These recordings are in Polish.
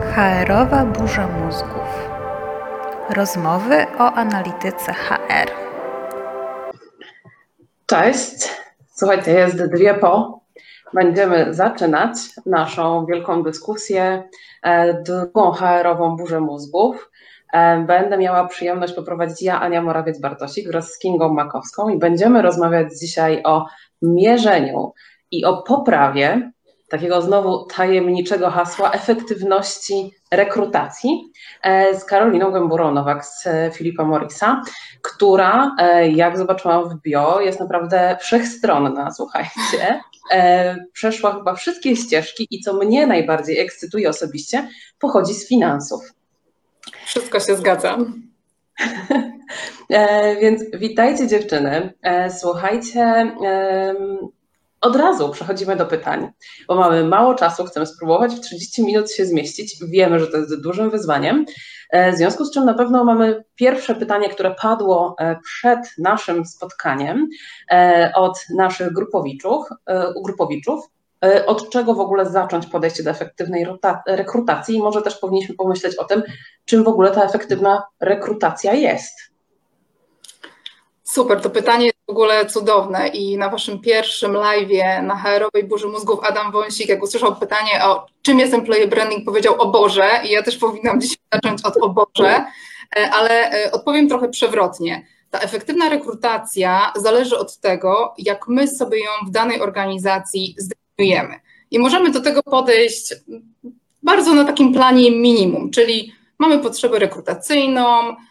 HR-owa burza mózgów. Rozmowy o analityce HR. Cześć, słuchajcie, jest 2 po. Będziemy zaczynać naszą wielką dyskusję, drugą HR-ową burzę mózgów. Będę miała przyjemność poprowadzić ja, Ania Morawiec-Bartosik, wraz z Kingą Makowską i będziemy rozmawiać dzisiaj o mierzeniu i o poprawie takiego znowu tajemniczego hasła efektywności rekrutacji z Karoliną Gęburą-Nowak z Philipa Morrisa, która, jak zobaczyłam w bio, jest naprawdę wszechstronna, słuchajcie. Przeszła chyba wszystkie ścieżki i co mnie najbardziej ekscytuje osobiście, pochodzi z finansów. Wszystko się zgadza. Więc witajcie dziewczyny. Słuchajcie, od razu przechodzimy do pytań, bo mamy mało czasu, chcemy spróbować w 30 minut się zmieścić. Wiemy, że to jest dużym wyzwaniem, w związku z czym na pewno mamy pierwsze pytanie, które padło przed naszym spotkaniem od naszych grupowiczów. Od czego w ogóle zacząć podejście do efektywnej rekrutacji i może też powinniśmy pomyśleć o tym, czym w ogóle ta efektywna rekrutacja jest. Super, to pytanie jest w ogóle cudowne i na waszym pierwszym live'ie na HR-owej burzy mózgów Adam Wąsik, jak usłyszał pytanie o czym jest employer branding, powiedział o Boże i ja też powinnam dzisiaj zacząć od o Boże, ale odpowiem trochę przewrotnie. Ta efektywna rekrutacja zależy od tego, jak my sobie ją w danej organizacji zdefiniujemy. I możemy do tego podejść bardzo na takim planie minimum, czyli mamy potrzebę rekrutacyjną,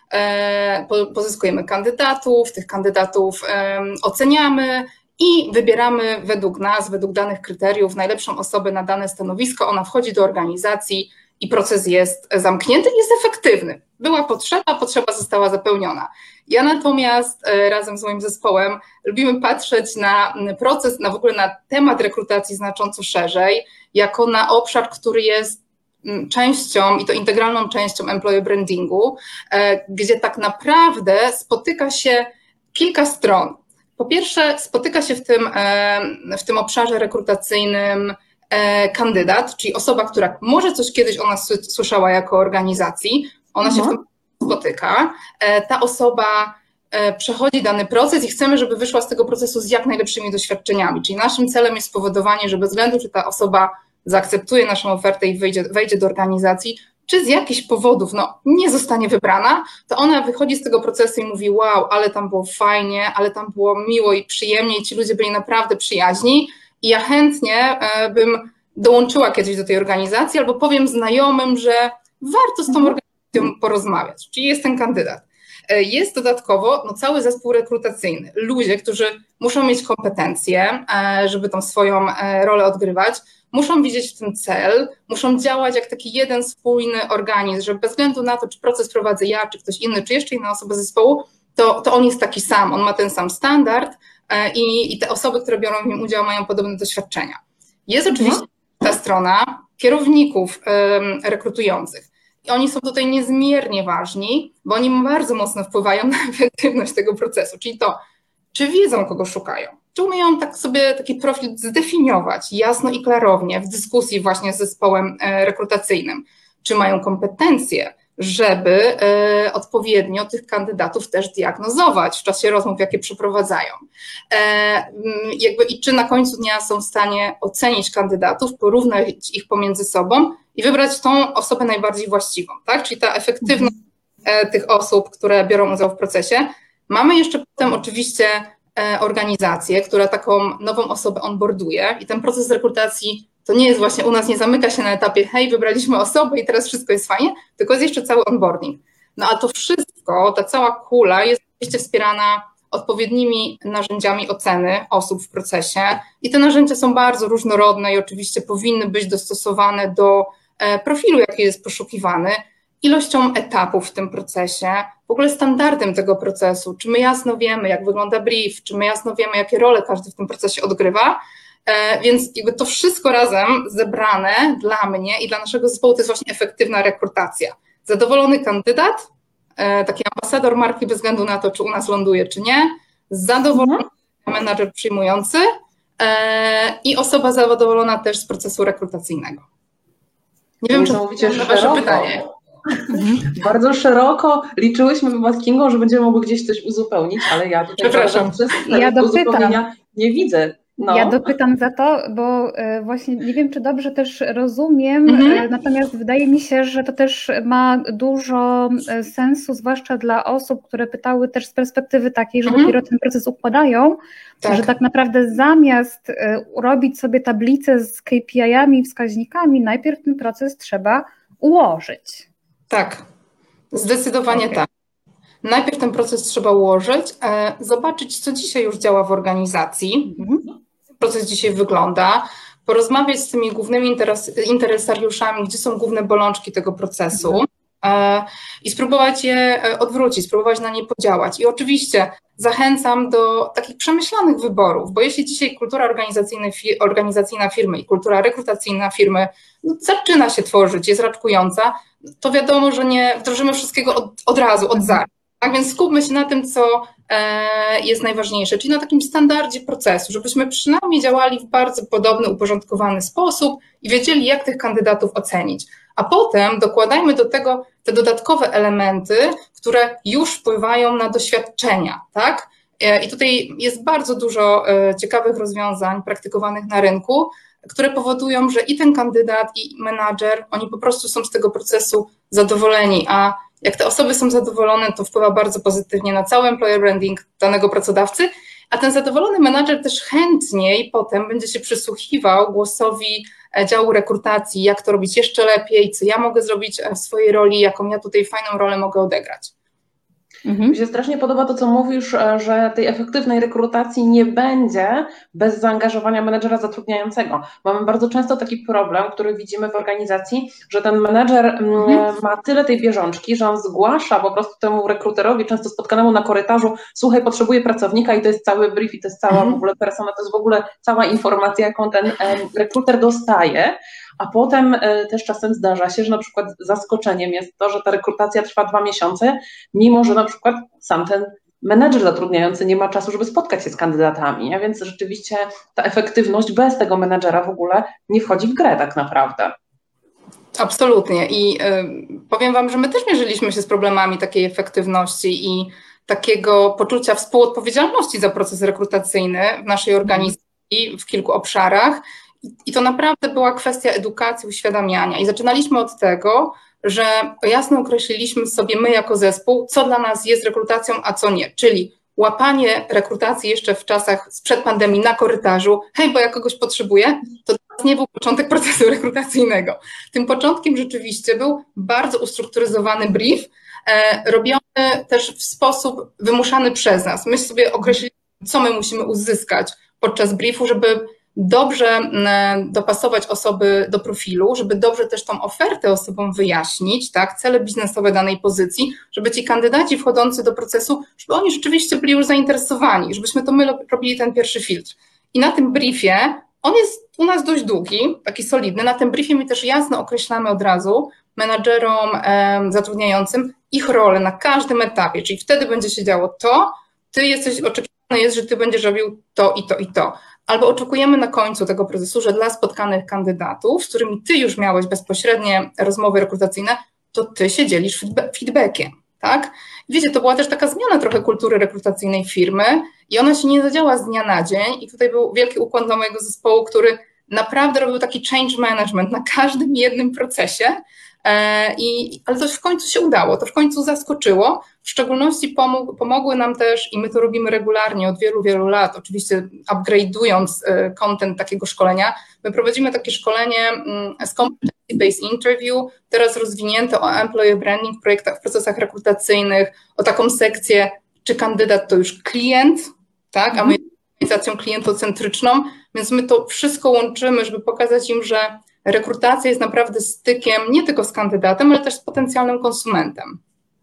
pozyskujemy kandydatów, tych kandydatów oceniamy i wybieramy według nas, według danych kryteriów najlepszą osobę na dane stanowisko. Ona wchodzi do organizacji i proces jest zamknięty i jest efektywny. Była potrzeba została zapełniona. Ja natomiast razem z moim zespołem lubimy patrzeć na proces, w ogóle na temat rekrutacji znacząco szerzej, jako na obszar, który jest częścią i to integralną częścią employer brandingu, gdzie tak naprawdę spotyka się kilka stron. Po pierwsze, spotyka się w tym obszarze rekrutacyjnym kandydat, czyli osoba, która może coś kiedyś o nas słyszała jako organizacji, ona się w tym spotyka. Ta osoba przechodzi dany proces i chcemy, żeby wyszła z tego procesu z jak najlepszymi doświadczeniami. Czyli naszym celem jest spowodowanie, że bez względu, czy ta osoba zaakceptuje naszą ofertę i wejdzie do organizacji, czy z jakichś powodów nie zostanie wybrana, to ona wychodzi z tego procesu i mówi: wow, ale tam było fajnie, ale tam było miło i przyjemnie i ci ludzie byli naprawdę przyjaźni i ja chętnie bym dołączyła kiedyś do tej organizacji albo powiem znajomym, że warto z tą organizacją porozmawiać. Czyli jest ten kandydat. Jest dodatkowo cały zespół rekrutacyjny. Ludzie, którzy muszą mieć kompetencje, żeby tą swoją rolę odgrywać, muszą widzieć w tym cel, muszą działać jak taki jeden spójny organizm, że bez względu na to, czy proces prowadzę ja, czy ktoś inny, czy jeszcze inna osoba zespołu, to on jest taki sam, on ma ten sam standard i te osoby, które biorą w nim udział, mają podobne doświadczenia. Jest oczywiście ta strona kierowników rekrutujących. I oni są tutaj niezmiernie ważni, bo oni bardzo mocno wpływają na efektywność tego procesu, czyli to, czy wiedzą, kogo szukają, czy umieją tak sobie taki profil zdefiniować jasno i klarownie w dyskusji właśnie z zespołem rekrutacyjnym, czy mają kompetencje, żeby odpowiednio tych kandydatów też diagnozować w czasie rozmów, jakie przeprowadzają. I czy na końcu dnia są w stanie ocenić kandydatów, porównać ich pomiędzy sobą i wybrać tą osobę najbardziej właściwą, tak? Czyli ta efektywność tych osób, które biorą udział w procesie. Mamy jeszcze potem oczywiście organizację, która taką nową osobę onboarduje i ten proces rekrutacji to nie jest właśnie u nas, nie zamyka się na etapie hej, wybraliśmy osobę i teraz wszystko jest fajnie, tylko jest jeszcze cały onboarding. A to wszystko, ta cała kula jest oczywiście wspierana odpowiednimi narzędziami oceny osób w procesie i te narzędzia są bardzo różnorodne i oczywiście powinny być dostosowane do profilu, jaki jest poszukiwany, ilością etapów w tym procesie, w ogóle standardem tego procesu, czy my jasno wiemy, jak wygląda brief, czy my jasno wiemy, jakie role każdy w tym procesie odgrywa, więc to wszystko razem zebrane dla mnie i dla naszego zespołu to jest właśnie efektywna rekrutacja. Zadowolony kandydat, taki ambasador marki bez względu na to, czy u nas ląduje, czy nie, zadowolony menadżer przyjmujący i osoba zadowolona też z procesu rekrutacyjnego. Nie wiem, czy Niesamowicie na wasze pytanie. Bardzo szeroko liczyłyśmy chyba z Kingą, że będziemy mogły gdzieś coś uzupełnić, ale ja tutaj uzupełnienia nie widzę. No. Ja dopytam za to, bo właśnie nie wiem, czy dobrze też rozumiem, natomiast wydaje mi się, że to też ma dużo sensu, zwłaszcza dla osób, które pytały też z perspektywy takiej, że dopiero ten proces układają, że tak naprawdę zamiast robić sobie tablicę z KPI-ami, wskaźnikami, najpierw ten proces trzeba ułożyć. Tak, zdecydowanie tak. Najpierw ten proces trzeba ułożyć, zobaczyć, co dzisiaj już działa w organizacji, jak proces dzisiaj wygląda, porozmawiać z tymi głównymi interesariuszami, gdzie są główne bolączki tego procesu i spróbować je odwrócić, spróbować na nie podziałać. I oczywiście zachęcam do takich przemyślanych wyborów, bo jeśli dzisiaj kultura organizacyjna firmy i kultura rekrutacyjna firmy zaczyna się tworzyć, jest raczkująca, to wiadomo, że nie wdrożymy wszystkiego od razu, od zera. Tak więc skupmy się na tym, co jest najważniejsze, czyli na takim standardzie procesu, żebyśmy przynajmniej działali w bardzo podobny, uporządkowany sposób i wiedzieli, jak tych kandydatów ocenić. A potem dokładajmy do tego te dodatkowe elementy, które już wpływają na doświadczenia, tak? I tutaj jest bardzo dużo ciekawych rozwiązań praktykowanych na rynku, które powodują, że i ten kandydat, i menadżer, oni po prostu są z tego procesu zadowoleni, a jak te osoby są zadowolone, to wpływa bardzo pozytywnie na cały employer branding danego pracodawcy, a ten zadowolony menadżer też chętniej potem będzie się przysłuchiwał głosowi działu rekrutacji, jak to robić jeszcze lepiej, co ja mogę zrobić w swojej roli, jaką ja tutaj fajną rolę mogę odegrać. Mi się strasznie podoba to, co mówisz, że tej efektywnej rekrutacji nie będzie bez zaangażowania menedżera zatrudniającego. Mamy bardzo często taki problem, który widzimy w organizacji, że ten menedżer ma tyle tej bieżączki, że on zgłasza po prostu temu rekruterowi, często spotkanemu na korytarzu, słuchaj, potrzebuję pracownika i to jest cały brief i to jest cała w ogóle persona, to jest w ogóle cała informacja, jaką ten rekruter dostaje. A potem też czasem zdarza się, że na przykład zaskoczeniem jest to, że ta rekrutacja trwa 2 miesiące, mimo że na przykład sam ten menedżer zatrudniający nie ma czasu, żeby spotkać się z kandydatami, a więc rzeczywiście ta efektywność bez tego menedżera w ogóle nie wchodzi w grę tak naprawdę. Absolutnie i powiem Wam, że my też mierzyliśmy się z problemami takiej efektywności i takiego poczucia współodpowiedzialności za proces rekrutacyjny w naszej organizacji w kilku obszarach. I to naprawdę była kwestia edukacji, uświadamiania. I zaczynaliśmy od tego, że jasno określiliśmy sobie my jako zespół, co dla nas jest rekrutacją, a co nie. Czyli łapanie rekrutacji jeszcze w czasach sprzed pandemii na korytarzu, hej, bo ja kogoś potrzebuję, to dla nas nie był początek procesu rekrutacyjnego. Tym początkiem rzeczywiście był bardzo ustrukturyzowany brief, robiony też w sposób wymuszany przez nas. My sobie określiliśmy, co my musimy uzyskać podczas briefu, żeby dobrze dopasować osoby do profilu, żeby dobrze też tą ofertę osobom wyjaśnić, tak, cele biznesowe danej pozycji, żeby ci kandydaci wchodzący do procesu, żeby oni rzeczywiście byli już zainteresowani, żebyśmy to my robili ten pierwszy filtr. I na tym briefie, on jest u nas dość długi, taki solidny, na tym briefie my też jasno określamy od razu menadżerom zatrudniającym ich rolę na każdym etapie, czyli wtedy będzie się działo to, ty jesteś, oczekiwane jest, że ty będziesz robił to i to i to. Albo oczekujemy na końcu tego procesu, że dla spotkanych kandydatów, z którymi ty już miałeś bezpośrednie rozmowy rekrutacyjne, to ty się dzielisz feedbackiem, tak? Wiecie, to była też taka zmiana trochę kultury rekrutacyjnej firmy i ona się nie zadziała z dnia na dzień i tutaj był wielki ukłon dla mojego zespołu, który naprawdę robił taki change management na każdym jednym procesie, ale to w końcu się udało, to w końcu zaskoczyło, w szczególności pomogły nam też, i my to robimy regularnie od wielu, wielu lat, oczywiście upgrade'ując content takiego szkolenia, my prowadzimy takie szkolenie z competency-based interview, teraz rozwinięte o employer branding w projektach, w procesach rekrutacyjnych, o taką sekcję, czy kandydat to już klient, tak, a my jesteśmy organizacją klientocentryczną, więc my to wszystko łączymy, żeby pokazać im, że rekrutacja jest naprawdę stykiem nie tylko z kandydatem, ale też z potencjalnym konsumentem.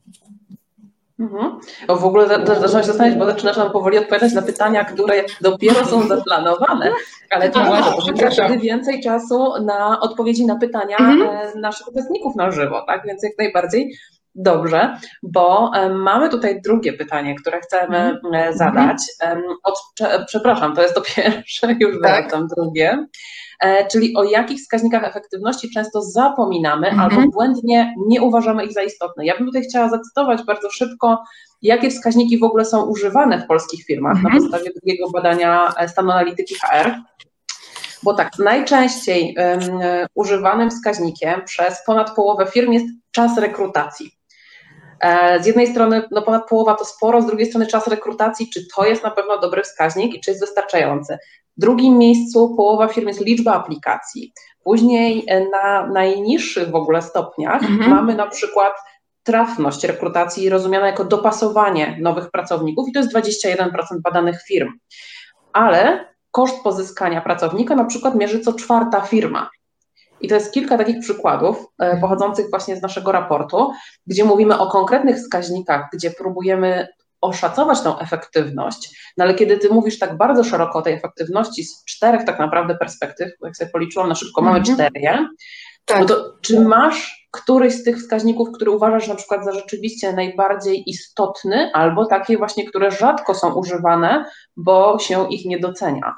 W ogóle zaczynam się zastanawiać, bo zaczynasz nam powoli odpowiadać na pytania, które dopiero są zaplanowane, ale to będzie wtedy więcej czasu na odpowiedzi na pytania naszych uczestników na żywo, tak? Więc jak najbardziej dobrze, bo mamy tutaj drugie pytanie, które chcemy zadać. Przepraszam, to jest to pierwsze, już wracam drugie. czyli o jakich wskaźnikach efektywności często zapominamy albo błędnie nie uważamy ich za istotne. Ja bym tutaj chciała zacytować bardzo szybko, jakie wskaźniki w ogóle są używane w polskich firmach na podstawie drugiego badania stanu analityki HR. Bo tak, najczęściej używanym wskaźnikiem przez ponad połowę firm jest czas rekrutacji. Z jednej strony ponad połowa to sporo, z drugiej strony czas rekrutacji, czy to jest na pewno dobry wskaźnik i czy jest wystarczający. W drugim miejscu połowa firm jest liczba aplikacji. Później na najniższych w ogóle stopniach mamy na przykład trafność rekrutacji rozumiana jako dopasowanie nowych pracowników i to jest 21% badanych firm. Ale koszt pozyskania pracownika na przykład mierzy co czwarta firma. I to jest kilka takich przykładów pochodzących właśnie z naszego raportu, gdzie mówimy o konkretnych wskaźnikach, gdzie próbujemy oszacować tą efektywność, no ale kiedy ty mówisz tak bardzo szeroko o tej efektywności z 4 tak naprawdę perspektyw, jak sobie policzyłam na szybko, mamy 4, tak. No to czy masz któryś z tych wskaźników, który uważasz na przykład za rzeczywiście najbardziej istotny, albo takie właśnie, które rzadko są używane, bo się ich nie docenia?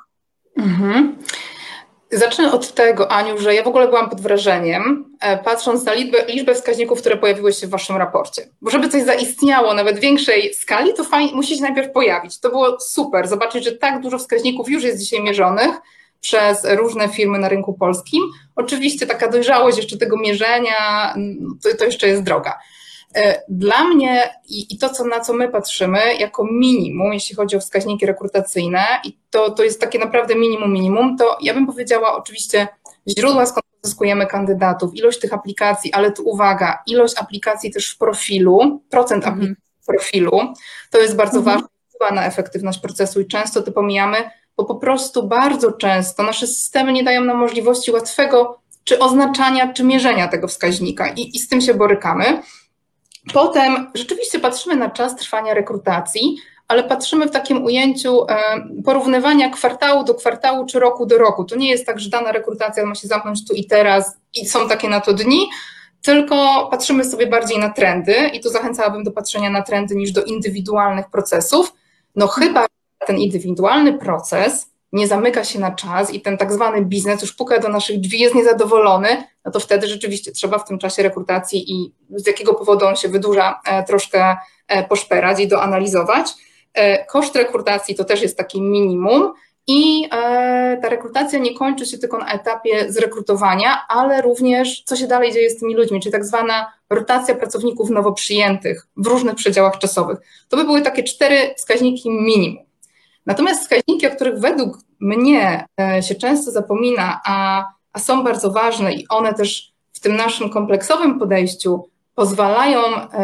Zacznę od tego, Aniu, że ja w ogóle byłam pod wrażeniem, patrząc na liczbę wskaźników, które pojawiły się w waszym raporcie. Bo żeby coś zaistniało nawet w większej skali, to musi się najpierw pojawić. To było super, zobaczyć, że tak dużo wskaźników już jest dzisiaj mierzonych przez różne firmy na rynku polskim. Oczywiście taka dojrzałość jeszcze tego mierzenia, to jeszcze jest droga. Dla mnie i to, na co my patrzymy jako minimum, jeśli chodzi o wskaźniki rekrutacyjne, i to jest takie naprawdę minimum, to ja bym powiedziała oczywiście źródła, skąd pozyskujemy kandydatów, ilość tych aplikacji, ale tu uwaga, ilość aplikacji też w profilu, procent aplikacji w profilu, to jest bardzo ważne, wpływa na efektywność procesu i często to pomijamy, bo po prostu bardzo często nasze systemy nie dają nam możliwości łatwego czy oznaczania, czy mierzenia tego wskaźnika i z tym się borykamy. Potem rzeczywiście patrzymy na czas trwania rekrutacji, ale patrzymy w takim ujęciu porównywania kwartału do kwartału czy roku do roku. To nie jest tak, że dana rekrutacja ma się zamknąć tu i teraz i są takie na to dni, tylko patrzymy sobie bardziej na trendy i tu zachęcałabym do patrzenia na trendy niż do indywidualnych procesów. No chyba ten indywidualny proces nie zamyka się na czas i ten tak zwany biznes już puka do naszych drzwi, jest niezadowolony, no to wtedy rzeczywiście trzeba w tym czasie rekrutacji i z jakiego powodu on się wydłuża troszkę poszperać i doanalizować. Koszt rekrutacji to też jest taki minimum i ta rekrutacja nie kończy się tylko na etapie zrekrutowania, ale również co się dalej dzieje z tymi ludźmi, czyli tak zwana rotacja pracowników nowo przyjętych w różnych przedziałach czasowych. To by były takie 4 wskaźniki minimum. Natomiast wskaźniki, o których według mnie się często zapomina, a są bardzo ważne i one też w tym naszym kompleksowym podejściu pozwalają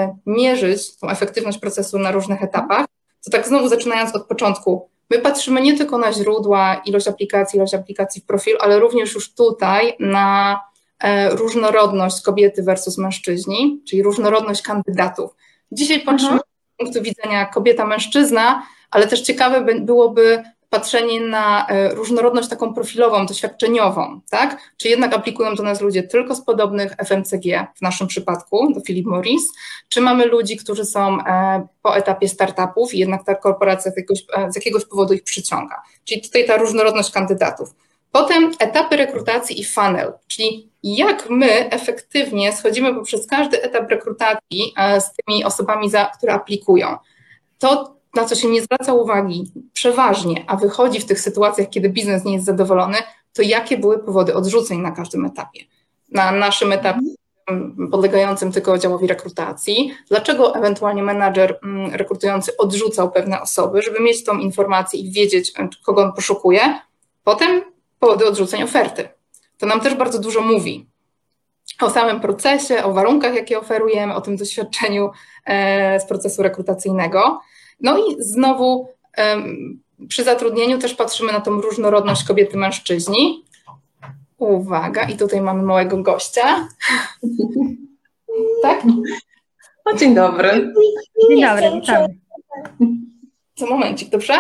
mierzyć tą efektywność procesu na różnych etapach, to tak znowu zaczynając od początku, my patrzymy nie tylko na źródła, ilość aplikacji w profilu, ale również już tutaj na różnorodność kobiety versus mężczyźni, czyli różnorodność kandydatów. Dzisiaj patrzymy z punktu widzenia kobieta-mężczyzna, ale też ciekawe byłoby patrzenie na różnorodność taką profilową, doświadczeniową, tak? Czy jednak aplikują do nas ludzie tylko z podobnych FMCG, w naszym przypadku, do Philip Morris, czy mamy ludzi, którzy są po etapie startupów i jednak ta korporacja z jakiegoś powodu ich przyciąga. Czyli tutaj ta różnorodność kandydatów. Potem etapy rekrutacji i funnel, czyli jak my efektywnie schodzimy poprzez każdy etap rekrutacji z tymi osobami, które aplikują. To, na co się nie zwraca uwagi przeważnie, a wychodzi w tych sytuacjach, kiedy biznes nie jest zadowolony, to jakie były powody odrzuceń na każdym etapie. Na naszym etapie podlegającym tylko działowi rekrutacji, dlaczego ewentualnie menadżer rekrutujący odrzucał pewne osoby, żeby mieć tą informację i wiedzieć, kogo on poszukuje. Potem powody odrzuceń oferty. To nam też bardzo dużo mówi o samym procesie, o warunkach, jakie oferujemy, o tym doświadczeniu z procesu rekrutacyjnego. No i znowu przy zatrudnieniu też patrzymy na tą różnorodność kobiety-mężczyźni. Uwaga, i tutaj mamy małego gościa. Tak? No, dzień dobry. Dzień dobry, witam. Co momencik, dobrze?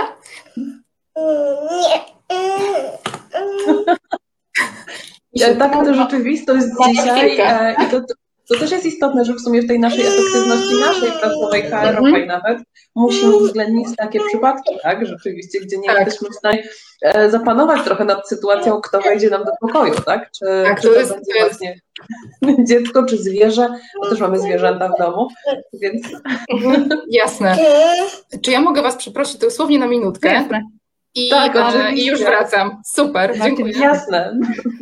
Tak to rzeczywistość dzisiaj i To też jest istotne, że w sumie w tej naszej efektywności naszej pracowej, HR-owej nawet, musimy uwzględnić takie przypadki, tak? Rzeczywiście, gdzie nie jesteśmy w stanie zapanować trochę nad sytuacją, kto wejdzie nam do pokoju, tak? Czy to będzie właśnie dziecko, czy zwierzę, bo też mamy zwierzęta w domu, więc... Jasne. Czy ja mogę Was przeprosić dosłownie na minutkę? Jasne. I już wracam. Super, dziękuję. Jasne.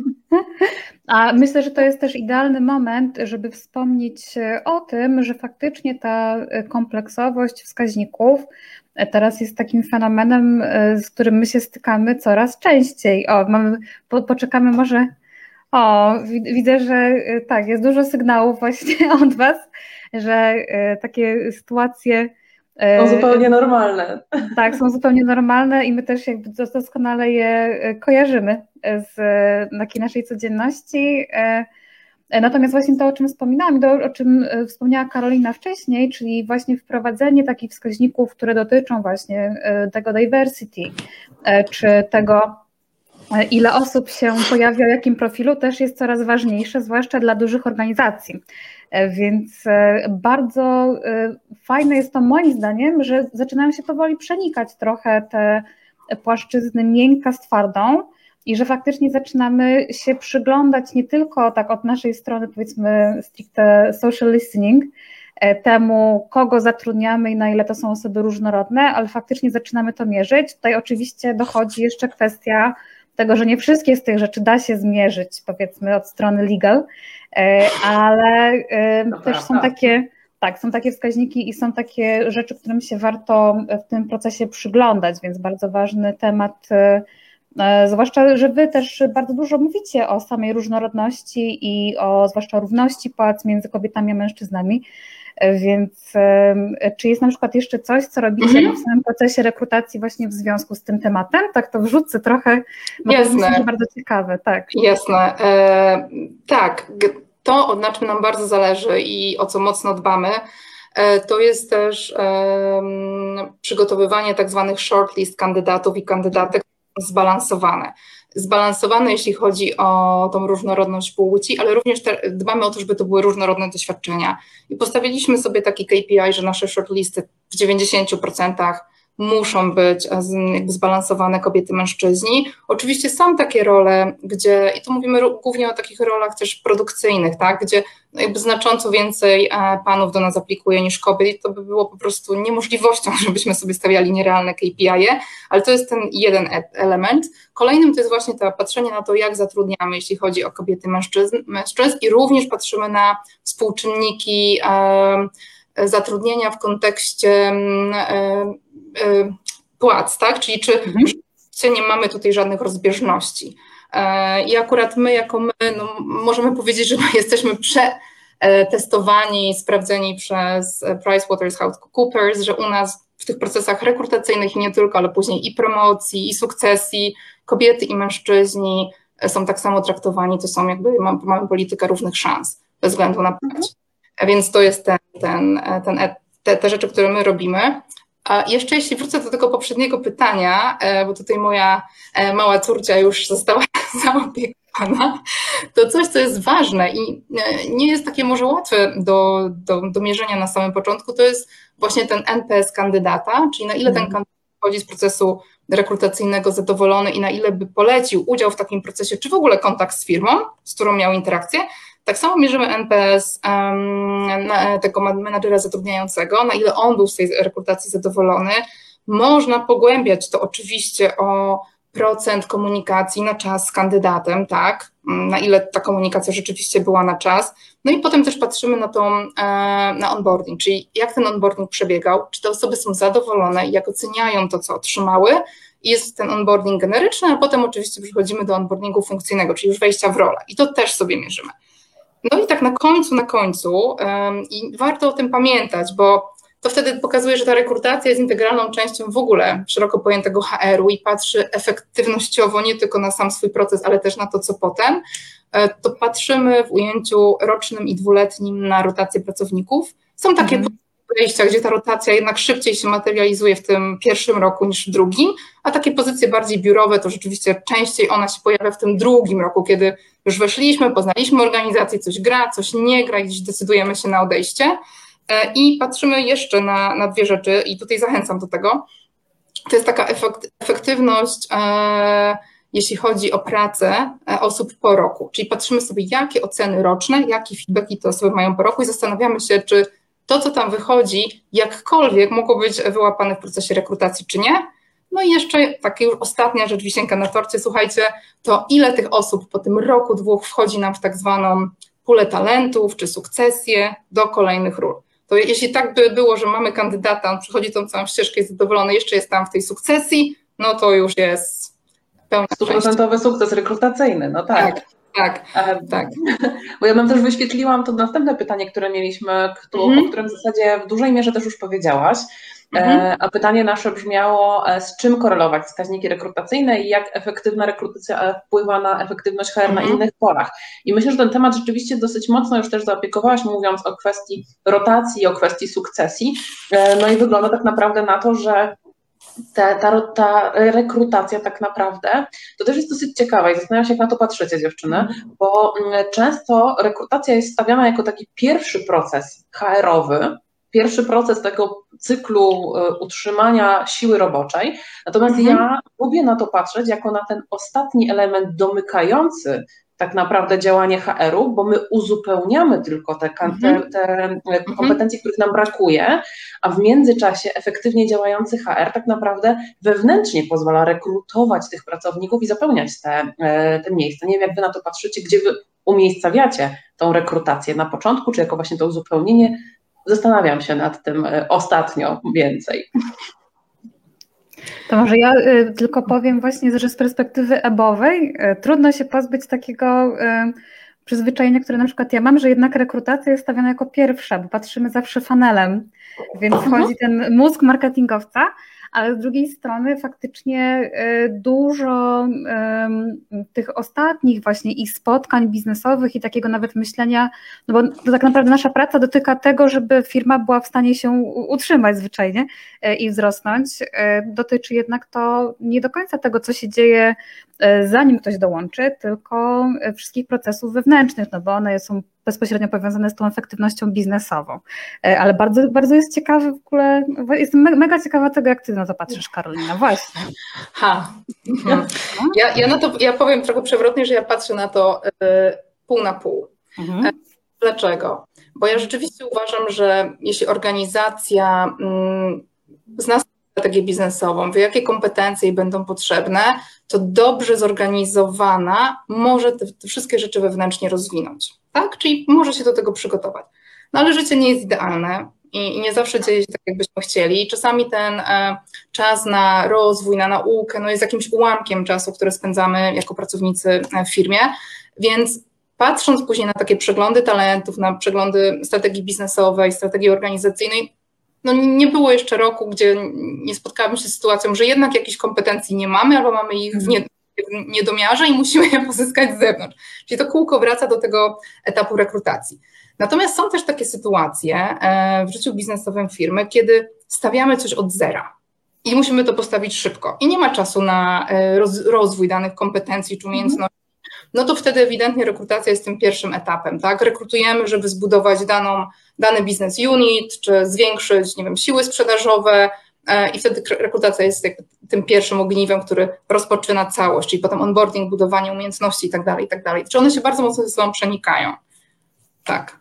A myślę, że to jest też idealny moment, żeby wspomnieć o tym, że faktycznie ta kompleksowość wskaźników teraz jest takim fenomenem, z którym my się stykamy coraz częściej. Poczekamy może. Widzę, że tak, jest dużo sygnałów właśnie od Was, że takie sytuacje są zupełnie normalne. Tak, są zupełnie normalne i my też jakby doskonale je kojarzymy z takiej naszej codzienności. Natomiast właśnie to, o czym wspominałam, o czym wspomniała Karolina wcześniej, czyli właśnie wprowadzenie takich wskaźników, które dotyczą właśnie tego diversity, czy tego, ile osób się pojawia w jakim profilu, też jest coraz ważniejsze, zwłaszcza dla dużych organizacji. Więc bardzo fajne jest to moim zdaniem, że zaczynają się powoli przenikać trochę te płaszczyzny miękka z twardą i że faktycznie zaczynamy się przyglądać nie tylko tak od naszej strony, powiedzmy stricte social listening, temu, kogo zatrudniamy i na ile to są osoby różnorodne, ale faktycznie zaczynamy to mierzyć. Tutaj oczywiście dochodzi jeszcze kwestia tego, że nie wszystkie z tych rzeczy da się zmierzyć, powiedzmy od strony legal, ale też są takie, tak, są takie wskaźniki i są takie rzeczy, którym się warto w tym procesie przyglądać, więc bardzo ważny temat, zwłaszcza, że Wy też bardzo dużo mówicie o samej różnorodności i zwłaszcza równości płac między kobietami a mężczyznami, więc czy jest na przykład jeszcze coś, co robicie w samym procesie rekrutacji właśnie w związku z tym tematem? Tak to wrzucę trochę, bo Jasne. to jest myślę, że bardzo ciekawe. Tak. Jasne. Tak, to na czym nam bardzo zależy i o co mocno dbamy, to jest też przygotowywanie tak zwanych shortlist kandydatów i kandydatek zbalansowane. Zbalansowane, jeśli chodzi o tą różnorodność płci, ale również dbamy o to, żeby to były różnorodne doświadczenia. I postawiliśmy sobie taki KPI, że nasze shortlisty w 90% muszą być jakby zbalansowane kobiety, mężczyźni. Oczywiście są takie role, gdzie, i tu mówimy głównie o takich rolach też produkcyjnych, tak, gdzie jakby znacząco więcej panów do nas aplikuje niż kobiet i to by było po prostu niemożliwością, żebyśmy sobie stawiali nierealne KPI-e, ale to jest ten jeden element. Kolejnym to jest właśnie to patrzenie na to, jak zatrudniamy, jeśli chodzi o kobiety, mężczyzn i również patrzymy na współczynniki zatrudnienia w kontekście płac, tak? Czyli czy nie mamy tutaj żadnych rozbieżności. I akurat my jako my możemy powiedzieć, że jesteśmy przetestowani, sprawdzeni przez PricewaterhouseCoopers, że u nas w tych procesach rekrutacyjnych i nie tylko, ale później i promocji, i sukcesji, kobiety i mężczyźni są tak samo traktowani, to są jakby, mamy politykę równych szans bez względu na płeć. Więc to jest te rzeczy, które my robimy. A jeszcze jeśli wrócę do tego poprzedniego pytania, bo tutaj moja mała córcia już została zaopiekowana, to coś, co jest ważne i nie jest takie może łatwe do mierzenia na samym początku, to jest właśnie ten NPS kandydata, czyli na ile ten kandydat wchodzi z procesu rekrutacyjnego zadowolony i na ile by polecił udział w takim procesie, czy w ogóle kontakt z firmą, z którą miał interakcję. Tak samo mierzymy NPS tego menadżera zatrudniającego, na ile on był z tej rekrutacji zadowolony. Można pogłębiać to oczywiście o procent komunikacji na czas z kandydatem, tak, na ile ta komunikacja rzeczywiście była na czas. No i potem też patrzymy na onboarding, czyli jak ten onboarding przebiegał, czy te osoby są zadowolone, jak oceniają to, co otrzymały. I jest ten onboarding generyczny, a potem oczywiście przechodzimy do onboardingu funkcyjnego, czyli już wejścia w rolę i to też sobie mierzymy. No i tak na końcu i warto o tym pamiętać, bo to wtedy pokazuje, że ta rekrutacja jest integralną częścią w ogóle szeroko pojętego HR-u i patrzy efektywnościowo nie tylko na sam swój proces, ale też na to, co potem. To patrzymy w ujęciu rocznym i dwuletnim na rotację pracowników. Są takie wejścia, gdzie ta rotacja jednak szybciej się materializuje w tym pierwszym roku niż w drugim, a ta takie pozycje bardziej biurowe, to rzeczywiście częściej ona się pojawia w tym drugim roku, kiedy już weszliśmy, poznaliśmy organizację, coś gra, coś nie gra i gdzieś decydujemy się na odejście. I patrzymy jeszcze na dwie rzeczy i tutaj zachęcam do tego. To jest taka efektywność, jeśli chodzi o pracę osób po roku. Czyli patrzymy sobie, jakie oceny roczne, jakie feedbacki te osoby mają po roku i zastanawiamy się, czy to, co tam wychodzi, jakkolwiek mogło być wyłapane w procesie rekrutacji, czy nie. No i jeszcze taka już ostatnia rzecz, wisienka na torcie, słuchajcie, to ile tych osób po tym roku, dwóch wchodzi nam w tak zwaną pulę talentów czy sukcesję do kolejnych ról. To jeśli tak by było, że mamy kandydata, on przychodzi tą całą ścieżkę, jest zadowolony, jeszcze jest tam w tej sukcesji, no to już jest pełna 100% sukces rekrutacyjny, no tak. Tak. Bo ja bym też wyświetliłam to następne pytanie, które mieliśmy, o którym w zasadzie w dużej mierze też już powiedziałaś, a pytanie nasze brzmiało, z czym korelować wskaźniki rekrutacyjne i jak efektywna rekrutacja wpływa na efektywność HR na innych polach. I myślę, że ten temat rzeczywiście dosyć mocno już też zaopiekowałaś, mówiąc o kwestii rotacji, o kwestii sukcesji. No i wygląda tak naprawdę na to, że ta rekrutacja tak naprawdę, to też jest dosyć ciekawe i zastanawiam się, jak na to patrzycie, dziewczyny, bo często rekrutacja jest stawiana jako taki pierwszy proces HR-owy, pierwszy proces tego cyklu utrzymania siły roboczej, natomiast ja lubię na to patrzeć jako na ten ostatni element domykający tak naprawdę działanie HR-u, bo my uzupełniamy tylko te kompetencje, których nam brakuje, a w międzyczasie efektywnie działający HR tak naprawdę wewnętrznie pozwala rekrutować tych pracowników i zapełniać te miejsca. Nie wiem, jak wy na to patrzycie, gdzie wy umiejscawiacie tą rekrutację na początku, czy jako właśnie to uzupełnienie. Zastanawiam się nad tym ostatnio więcej. To może ja tylko powiem właśnie, że z perspektywy ebowej trudno się pozbyć takiego przyzwyczajenia, które na przykład ja mam, że jednak rekrutacja jest stawiana jako pierwsza, bo patrzymy zawsze funnelem, więc wchodzi ten mózg marketingowca, ale z drugiej strony faktycznie dużo tych ostatnich właśnie i spotkań biznesowych i takiego nawet myślenia, no bo to tak naprawdę nasza praca dotyka tego, żeby firma była w stanie się utrzymać zwyczajnie i wzrosnąć. Dotyczy jednak to nie do końca tego, co się dzieje zanim ktoś dołączy, tylko wszystkich procesów wewnętrznych, no bo one są bezpośrednio powiązane z tą efektywnością biznesową. Ale bardzo, bardzo jest ciekawe w ogóle, jestem mega ciekawa tego, jak ty na to patrzysz, Karolina, właśnie. Ja powiem trochę przewrotnie, że ja patrzę na to pół na pół. Dlaczego? Bo ja rzeczywiście uważam, że jeśli organizacja zna strategię biznesową, wie, jakie kompetencje jej będą potrzebne, to dobrze zorganizowana może te wszystkie rzeczy wewnętrznie rozwinąć. Tak? Czyli może się do tego przygotować. No ale życie nie jest idealne i nie zawsze dzieje się tak, jakbyśmy chcieli. I czasami ten czas na rozwój, na naukę jest jakimś ułamkiem czasu, który spędzamy jako pracownicy w firmie, więc patrząc później na takie przeglądy talentów, na przeglądy strategii biznesowej, strategii organizacyjnej, nie było jeszcze roku, gdzie nie spotkałabym się z sytuacją, że jednak jakichś kompetencji nie mamy albo mamy ich w niedomiarze i musimy je pozyskać z zewnątrz. Czyli to kółko wraca do tego etapu rekrutacji. Natomiast są też takie sytuacje w życiu biznesowym firmy, kiedy stawiamy coś od zera i musimy to postawić szybko i nie ma czasu na rozwój danych kompetencji czy umiejętności. No to wtedy ewidentnie rekrutacja jest tym pierwszym etapem, tak? Rekrutujemy, żeby zbudować dany business unit, czy zwiększyć, siły sprzedażowe i wtedy rekrutacja jest tym pierwszym ogniwem, który rozpoczyna całość, czyli potem onboarding, budowanie umiejętności i tak dalej. Czy one się bardzo mocno ze sobą przenikają. Tak.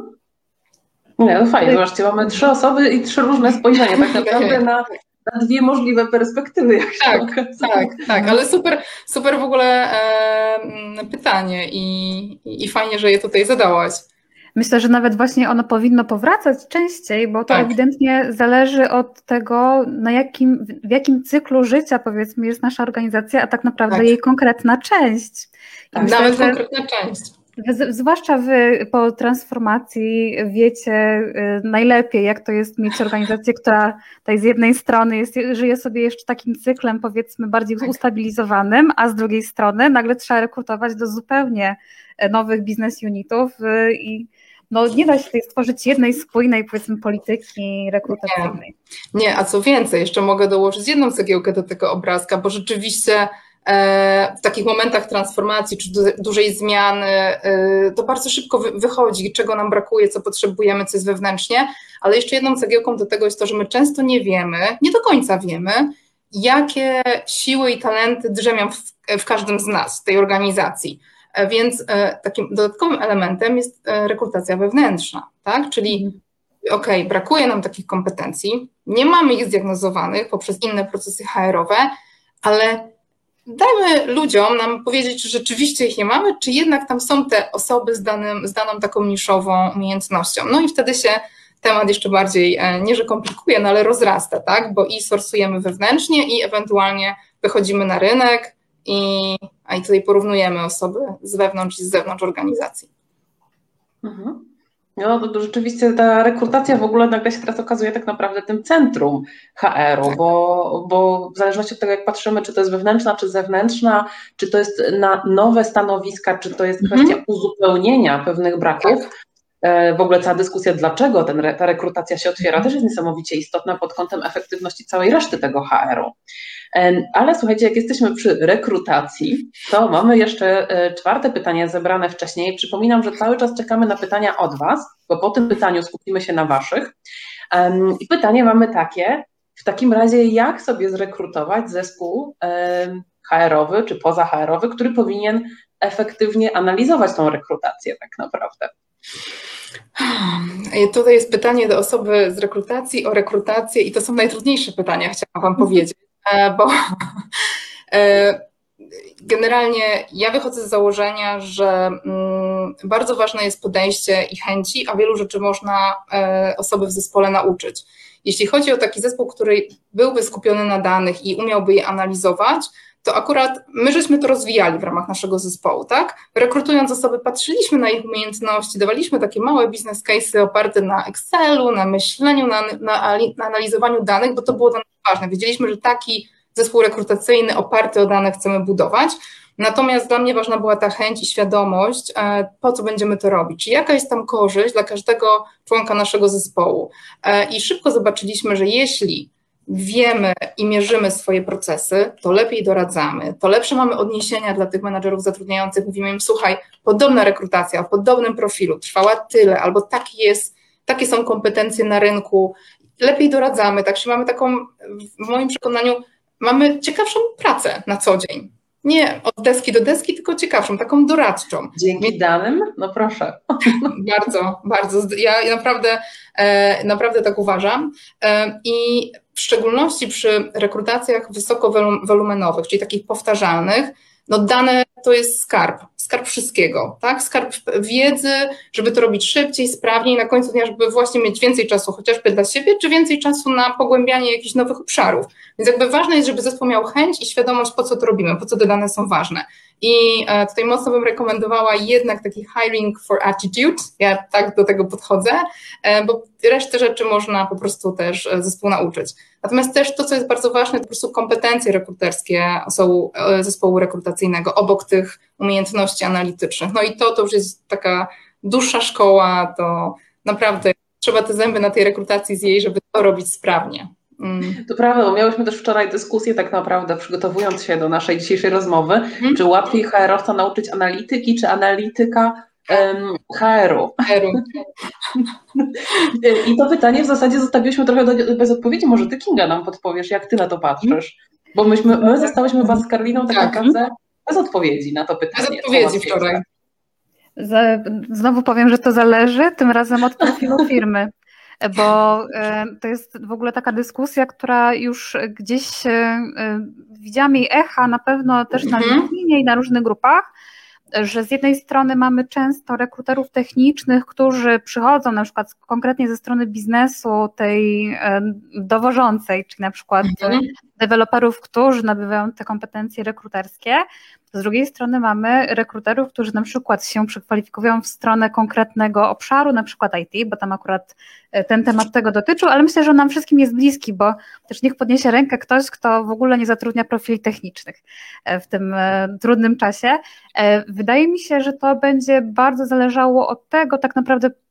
Nie, no fajnie, zobaczcie, mamy 3 osoby i 3 różne spojrzenia tak naprawdę na 2 możliwe perspektywy. Tak, ale super w ogóle pytanie i fajnie, że je tutaj zadałaś. Myślę, że nawet właśnie ono powinno powracać częściej, bo to ewidentnie zależy od tego, w jakim cyklu życia, powiedzmy, jest nasza organizacja, a tak naprawdę jej konkretna część. Myślę, konkretna część. Zwłaszcza wy po transformacji wiecie najlepiej, jak to jest mieć organizację, która tutaj z jednej strony żyje sobie jeszcze takim cyklem, powiedzmy, bardziej ustabilizowanym, a z drugiej strony nagle trzeba rekrutować do zupełnie nowych business unitów i no nie da się tutaj stworzyć jednej spójnej, powiedzmy, polityki rekrutacyjnej. Nie, a co więcej, jeszcze mogę dołożyć jedną cegiełkę do tego obrazka, bo rzeczywiście w takich momentach transformacji czy dużej zmiany to bardzo szybko wychodzi, czego nam brakuje, co potrzebujemy, co jest wewnętrznie, ale jeszcze jedną cegiełką do tego jest to, że my często nie wiemy, nie do końca wiemy, jakie siły i talenty drzemią w każdym z nas, w tej organizacji. Więc takim dodatkowym elementem jest rekrutacja wewnętrzna, tak? Czyli brakuje nam takich kompetencji, nie mamy ich zdiagnozowanych poprzez inne procesy HR-owe, ale dajmy ludziom nam powiedzieć, czy rzeczywiście ich nie mamy, czy jednak tam są te osoby z daną taką niszową umiejętnością. No i wtedy się temat jeszcze bardziej, nie że komplikuje, no ale rozrasta, tak? Bo i sorsujemy wewnętrznie i ewentualnie wychodzimy na rynek i tutaj porównujemy osoby z wewnątrz i z zewnątrz organizacji. No to rzeczywiście ta rekrutacja w ogóle nagle się teraz okazuje tak naprawdę tym centrum HR-u, tak. bo w zależności od tego, jak patrzymy, czy to jest wewnętrzna, czy zewnętrzna, czy to jest na nowe stanowiska, czy to jest kwestia uzupełnienia pewnych braków, w ogóle cała dyskusja, dlaczego ta rekrutacja się otwiera, też jest niesamowicie istotna pod kątem efektywności całej reszty tego HR-u. Ale słuchajcie, jak jesteśmy przy rekrutacji, to mamy jeszcze czwarte pytanie zebrane wcześniej. Przypominam, że cały czas czekamy na pytania od Was, bo po tym pytaniu skupimy się na Waszych. I pytanie mamy takie, w takim razie jak sobie zrekrutować zespół HR-owy czy poza HR-owy, który powinien efektywnie analizować tą rekrutację tak naprawdę? Tutaj jest pytanie do osoby z rekrutacji o rekrutację i to są najtrudniejsze pytania, chciałam Wam powiedzieć, bo generalnie ja wychodzę z założenia, że bardzo ważne jest podejście i chęci, a wielu rzeczy można osoby w zespole nauczyć. Jeśli chodzi o taki zespół, który byłby skupiony na danych i umiałby je analizować, to akurat my żeśmy to rozwijali w ramach naszego zespołu, tak? Rekrutując osoby, patrzyliśmy na ich umiejętności, dawaliśmy takie małe business case'y oparte na Excelu, na myśleniu, na analizowaniu danych, bo to było dla nas ważne. Wiedzieliśmy, że taki zespół rekrutacyjny oparty o dane chcemy budować, natomiast dla mnie ważna była ta chęć i świadomość, po co będziemy to robić, czyli jaka jest tam korzyść dla każdego członka naszego zespołu. I szybko zobaczyliśmy, że jeśli wiemy i mierzymy swoje procesy, to lepiej doradzamy, to lepsze mamy odniesienia dla tych menadżerów zatrudniających, mówimy im, słuchaj, podobna rekrutacja, w podobnym profilu trwała tyle, albo takie są kompetencje na rynku, lepiej doradzamy, także mamy taką, w moim przekonaniu, mamy ciekawszą pracę na co dzień. Nie od deski do deski, tylko ciekawszą, taką doradczą. Dzięki danym? No proszę. Bardzo, bardzo. Ja naprawdę tak uważam. I w szczególności przy rekrutacjach wysokowolumenowych, czyli takich powtarzalnych, no dane to jest skarb wszystkiego, tak? Skarb wiedzy, żeby to robić szybciej, sprawniej, na końcu dnia, żeby właśnie mieć więcej czasu chociażby dla siebie, czy więcej czasu na pogłębianie jakichś nowych obszarów. Więc jakby ważne jest, żeby zespół miał chęć i świadomość, po co to robimy, po co te dane są ważne. I tutaj mocno bym rekomendowała jednak taki hiring for attitude, ja tak do tego podchodzę, bo resztę rzeczy można po prostu też zespół nauczyć. Natomiast też to, co jest bardzo ważne, to po prostu kompetencje rekruterskie zespołu rekrutacyjnego obok tych umiejętności analitycznych. No i to już jest taka dłuższa szkoła, to naprawdę trzeba te zęby na tej rekrutacji zjeść, żeby to robić sprawnie. To prawda, bo miałyśmy też wczoraj dyskusję tak naprawdę, przygotowując się do naszej dzisiejszej rozmowy, czy łatwiej HR-owca nauczyć analityki, czy analityka HR-u. I to pytanie w zasadzie zostawiłyśmy trochę bez odpowiedzi. Może ty, Kinga, nam podpowiesz, jak ty na to patrzysz? Bo my zostałyśmy was z Karoliną tak naprawdę bez odpowiedzi na to pytanie. Bez odpowiedzi wczoraj. Znowu powiem, że to zależy, tym razem od profilu firmy. Bo to jest w ogóle taka dyskusja, która już gdzieś widziałam jej echa na pewno też na LinkedInie i na różnych grupach, że z jednej strony mamy często rekruterów technicznych, którzy przychodzą na przykład konkretnie ze strony biznesu tej dowożącej, czyli na przykład deweloperów, którzy nabywają te kompetencje rekruterskie. Z drugiej strony mamy rekruterów, którzy na przykład się przekwalifikują w stronę konkretnego obszaru, na przykład IT, bo tam akurat ten temat tego dotyczył, ale myślę, że on nam wszystkim jest bliski, bo też niech podniesie rękę ktoś, kto w ogóle nie zatrudnia profili technicznych w tym trudnym czasie. Wydaje mi się, że to będzie bardzo zależało od tego tak naprawdę,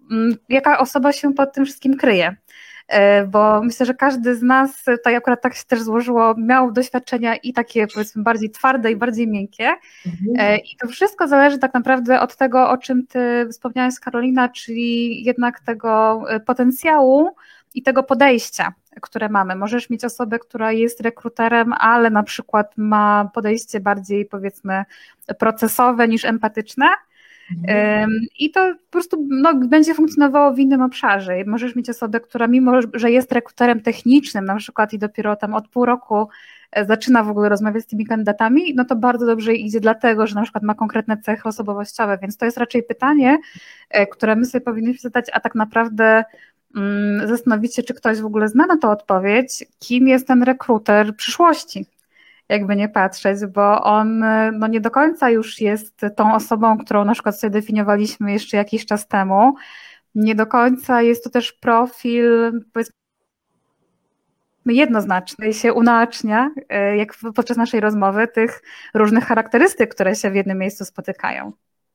jaka osoba się pod tym wszystkim kryje. Bo myślę, że każdy z nas, tutaj akurat tak się też złożyło, miał doświadczenia i takie powiedzmy bardziej twarde i bardziej miękkie i to wszystko zależy tak naprawdę od tego, o czym ty wspomniałaś, Karolina, czyli jednak tego potencjału i tego podejścia, które mamy. Możesz mieć osobę, która jest rekruterem, ale na przykład ma podejście bardziej powiedzmy procesowe niż empatyczne, i to po prostu będzie funkcjonowało w innym obszarze. Możesz mieć osobę, która mimo, że jest rekruterem technicznym na przykład i dopiero tam od pół roku zaczyna w ogóle rozmawiać z tymi kandydatami, no to bardzo dobrze idzie dlatego, że na przykład ma konkretne cechy osobowościowe, więc to jest raczej pytanie, które my sobie powinniśmy zadać, a tak naprawdę zastanowić się, czy ktoś w ogóle zna na to odpowiedź, kim jest ten rekruter przyszłości. Jakby nie patrzeć, bo on nie do końca już jest tą osobą, którą na przykład sobie definiowaliśmy jeszcze jakiś czas temu. Nie do końca jest to też profil, powiedzmy, jednoznaczny i się unaocznia, jak podczas naszej rozmowy, tych różnych charakterystyk, które się w jednym miejscu spotykają.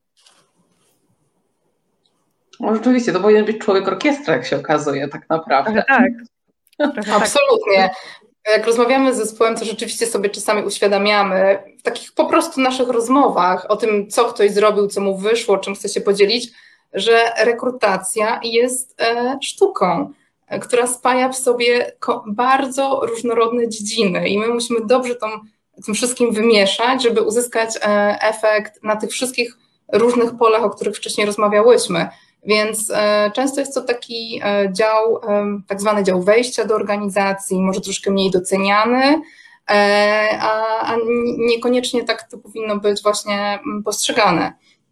No rzeczywiście, to powinien być człowiek orkiestra, jak się okazuje, tak naprawdę. Tak. Absolutnie. Jak rozmawiamy z zespołem, to rzeczywiście sobie czasami uświadamiamy w takich po prostu naszych rozmowach o tym, co ktoś zrobił, co mu wyszło, czym chce się podzielić, że rekrutacja jest sztuką, która spaja w sobie bardzo różnorodne dziedziny i my musimy dobrze tym wszystkim wymieszać, żeby uzyskać efekt na tych wszystkich różnych polach, o których wcześniej rozmawiałyśmy. Więc często jest to taki dział, tak zwany dział wejścia do organizacji, może troszkę mniej doceniany, a niekoniecznie tak to powinno być właśnie postrzegane.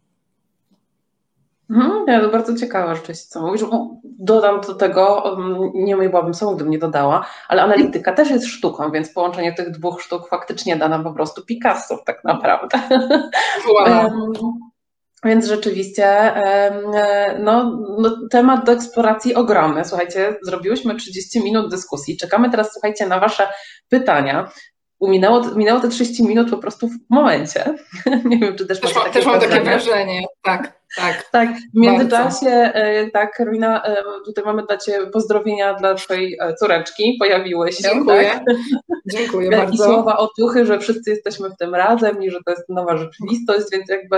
Ja to bardzo ciekawe rzeczywiście, co mówisz. Dodam do tego, nie myliłabym sobą, gdybym nie dodała, ale analityka też jest sztuką, więc połączenie tych dwóch sztuk faktycznie da nam po prostu Picasso tak naprawdę. Wow. Więc rzeczywiście temat do eksploracji ogromny. Słuchajcie, zrobiłyśmy 30 minut dyskusji. Czekamy teraz, słuchajcie, na Wasze pytania. Minęło te 30 minut po prostu w momencie. Nie wiem, czy też macie takie wrażenie. Też mam takie wrażenie, tak. Tak, w międzyczasie, tak, Karolina, tutaj mamy dla Ciebie pozdrowienia dla Twojej córeczki, pojawiły się. Dziękuję, tak? Dziękuję I bardzo. słowa otuchy, że wszyscy jesteśmy w tym razem i że to jest nowa rzeczywistość, więc jakby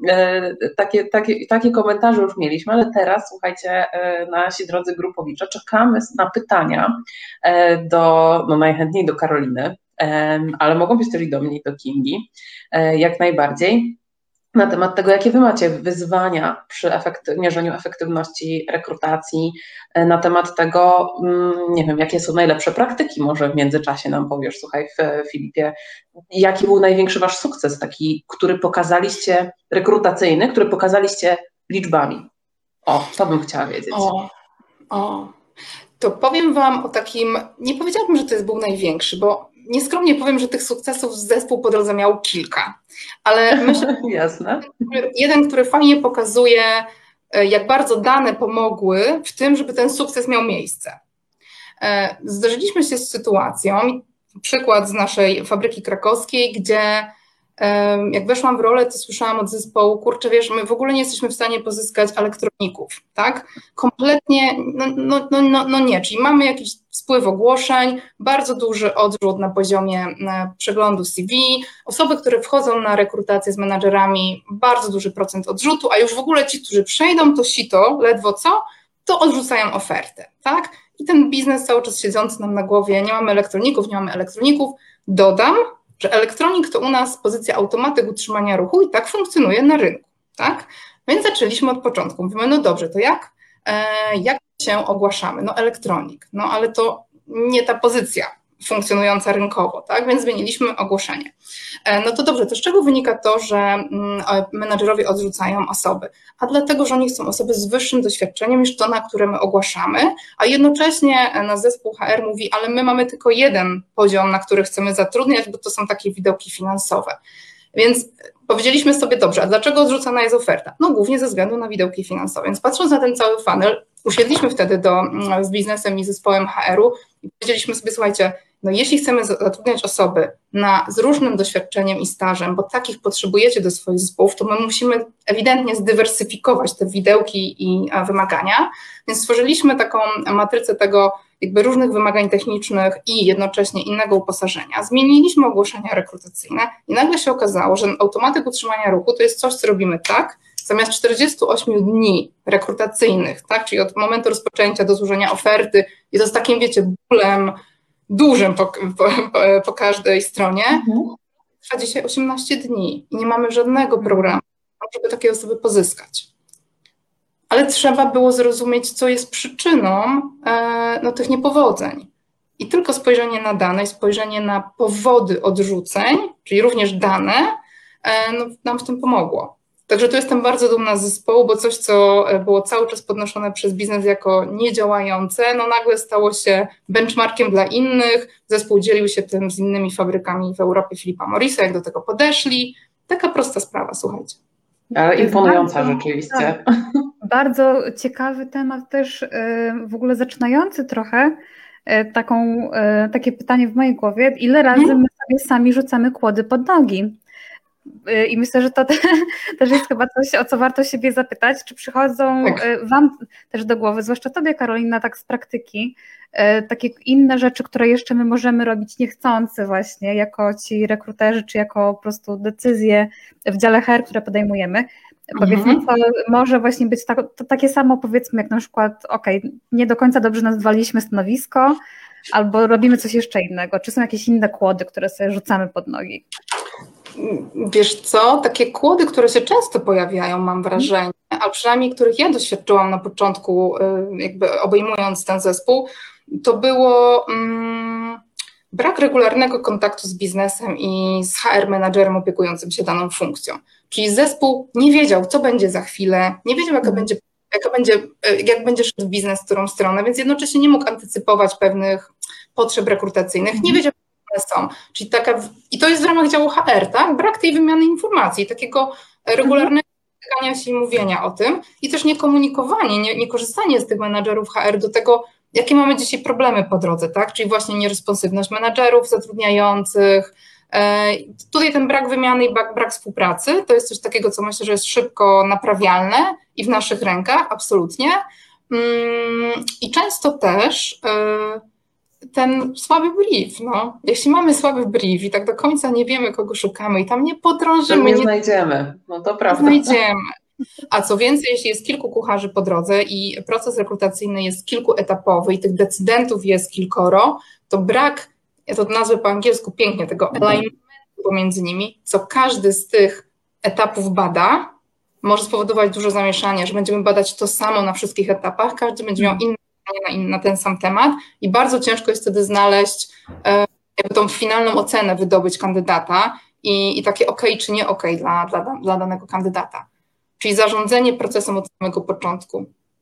takie komentarze już mieliśmy, ale teraz, słuchajcie, nasi drodzy grupowicze, czekamy na pytania najchętniej do Karoliny, ale mogą być też i do mnie, i do Kingi, jak najbardziej, na temat tego, jakie wy macie wyzwania przy mierzeniu efektywności rekrutacji, na temat tego, nie wiem, jakie są najlepsze praktyki, może w międzyczasie nam powiesz, słuchaj, Filipie, jaki był największy wasz sukces, taki, który pokazaliście, rekrutacyjny, który pokazaliście liczbami. To bym chciała wiedzieć. To powiem wam o takim, nie powiedziałabym, że to był największy, bo nieskromnie powiem, że tych sukcesów zespół po drodze miał kilka, ale myślę, jasne. Jeden, który fajnie pokazuje, jak bardzo dane pomogły w tym, żeby ten sukces miał miejsce. Zderzyliśmy się z sytuacją, przykład z naszej fabryki krakowskiej, gdzie jak weszłam w rolę, to słyszałam od zespołu, kurczę, wiesz, my w ogóle nie jesteśmy w stanie pozyskać elektroników, tak? Kompletnie, nie, czyli mamy jakiś spływ ogłoszeń, bardzo duży odrzut na poziomie przeglądu CV, osoby, które wchodzą na rekrutację z menadżerami, bardzo duży procent odrzutu, a już w ogóle ci, którzy przejdą to sito, ledwo co, to odrzucają ofertę, tak? I ten biznes cały czas siedzący nam na głowie, nie mamy elektroników, dodam, że elektronik to u nas pozycja automatyk utrzymania ruchu i tak funkcjonuje na rynku, tak? Więc zaczęliśmy od początku. Mówimy, no dobrze, to jak się ogłaszamy? No elektronik, no ale to nie ta pozycja funkcjonująca rynkowo, tak? Więc zmieniliśmy ogłoszenie. No to dobrze, to z czego wynika to, że menadżerowie odrzucają osoby? A dlatego, że oni chcą osoby z wyższym doświadczeniem niż to, na które my ogłaszamy, a jednocześnie nasz zespół HR mówi, ale my mamy tylko jeden poziom, na który chcemy zatrudniać, bo to są takie widełki finansowe. Więc powiedzieliśmy sobie, dobrze, a dlaczego odrzucana jest oferta? No głównie ze względu na widełki finansowe. Więc patrząc na ten cały funnel, usiedliśmy wtedy z biznesem i zespołem HR-u i powiedzieliśmy sobie, słuchajcie, no jeśli chcemy zatrudniać osoby z różnym doświadczeniem i stażem, bo takich potrzebujecie do swoich zespołów, to my musimy ewidentnie zdywersyfikować te widełki i wymagania, więc stworzyliśmy taką matrycę tego jakby różnych wymagań technicznych i jednocześnie innego uposażenia. Zmieniliśmy ogłoszenia rekrutacyjne i nagle się okazało, że automatyk utrzymania ruchu to jest coś, co robimy tak, zamiast 48 dni rekrutacyjnych, tak, czyli od momentu rozpoczęcia do złożenia oferty, i to z takim, wiecie, bólem dużym po każdej stronie, trwa dzisiaj 18 dni i nie mamy żadnego programu, żeby takie osoby pozyskać. Ale trzeba było zrozumieć, co jest przyczyną tych niepowodzeń. I tylko spojrzenie na dane i spojrzenie na powody odrzuceń, czyli również dane, nam w tym pomogło. Także tu jestem bardzo dumna z zespołu, bo coś, co było cały czas podnoszone przez biznes jako niedziałające, nagle stało się benchmarkiem dla innych. Zespół dzielił się tym z innymi fabrykami w Europie Philipa Morrisa, jak do tego podeszli. Taka prosta sprawa, słuchajcie. Ale imponująca rzeczywiście. Tak, bardzo ciekawy temat też, w ogóle zaczynający trochę takie pytanie w mojej głowie, ile razy my sobie sami rzucamy kłody pod nogi? I myślę, że to też jest chyba coś, o co warto siebie zapytać, czy przychodzą Wam też do głowy, zwłaszcza Tobie, Karolina, tak z praktyki, takie inne rzeczy, które jeszcze my możemy robić niechcący właśnie, jako ci rekruterzy, czy jako po prostu decyzje w dziale HR, które podejmujemy. Powiedzmy, to może właśnie być to takie samo, powiedzmy, jak na przykład, nie do końca dobrze nazwaliśmy stanowisko, albo robimy coś jeszcze innego. Czy są jakieś inne kłody, które sobie rzucamy pod nogi? Wiesz co, takie kłody, które się często pojawiają, mam wrażenie, a przynajmniej których ja doświadczyłam na początku, jakby obejmując ten zespół, to było brak regularnego kontaktu z biznesem i z HR menadżerem opiekującym się daną funkcją. Czyli zespół nie wiedział, co będzie za chwilę, nie wiedział, jak będzie szedł biznes w którą stronę, więc jednocześnie nie mógł antycypować pewnych potrzeb rekrutacyjnych, nie wiedział, jakie są. Czyli i to jest w ramach działu HR, tak? Brak tej wymiany informacji, takiego regularnego spotykania się i mówienia o tym i też niekomunikowanie, nie korzystanie z tych menadżerów HR do tego, jakie mamy dzisiaj problemy po drodze, tak? Czyli właśnie nieresponsywność menadżerów zatrudniających. Tutaj ten brak wymiany i brak współpracy to jest coś takiego, co myślę, że jest szybko naprawialne i w naszych rękach, absolutnie. I często też ten słaby brief, jeśli mamy słaby brief i tak do końca nie wiemy, kogo szukamy i tam nie podrążymy. Nie znajdziemy, to prawda. Znajdziemy. A co więcej, jeśli jest kilku kucharzy po drodze i proces rekrutacyjny jest kilkuetapowy i tych decydentów jest kilkoro, to brak, ja to nazwę po angielsku pięknie, tego alignmentu pomiędzy nimi, co każdy z tych etapów bada, może spowodować dużo zamieszania, że będziemy badać to samo na wszystkich etapach, każdy będzie miał inne pytanie na ten sam temat i bardzo ciężko jest wtedy znaleźć jakby tą finalną ocenę, wydobyć kandydata i takie czy nie dla danego kandydata. Czyli zarządzanie procesem od samego początku.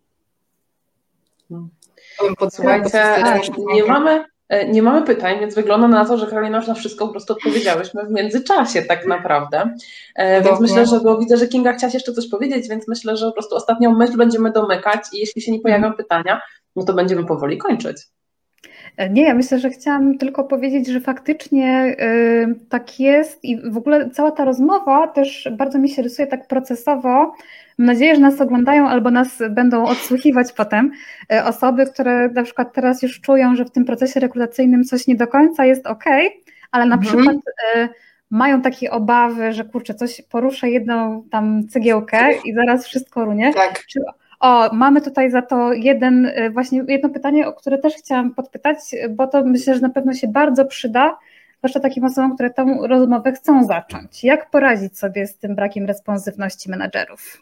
Słuchajcie, nie mamy pytań, więc wygląda na to, że Karolina już na wszystko po prostu odpowiedziałyśmy w międzyczasie tak naprawdę. Więc myślę, bo widzę, że Kinga chciałaś jeszcze coś powiedzieć, więc myślę, że po prostu ostatnią myśl będziemy domykać i jeśli się nie pojawią pytania, to będziemy powoli kończyć. Nie, ja myślę, że chciałam tylko powiedzieć, że faktycznie tak jest i w ogóle cała ta rozmowa też bardzo mi się rysuje tak procesowo. Mam nadzieję, że nas oglądają albo nas będą odsłuchiwać potem osoby, które na przykład teraz już czują, że w tym procesie rekrutacyjnym coś nie do końca jest ale na przykład mają takie obawy, że kurczę, coś poruszę jedną tam cegiełkę i zaraz wszystko runie. Tak. Mamy tutaj za to jedno pytanie, o które też chciałam podpytać, bo to myślę, że na pewno się bardzo przyda, zwłaszcza takim osobom, które tę rozmowę chcą zacząć. Jak poradzić sobie z tym brakiem responsywności menadżerów?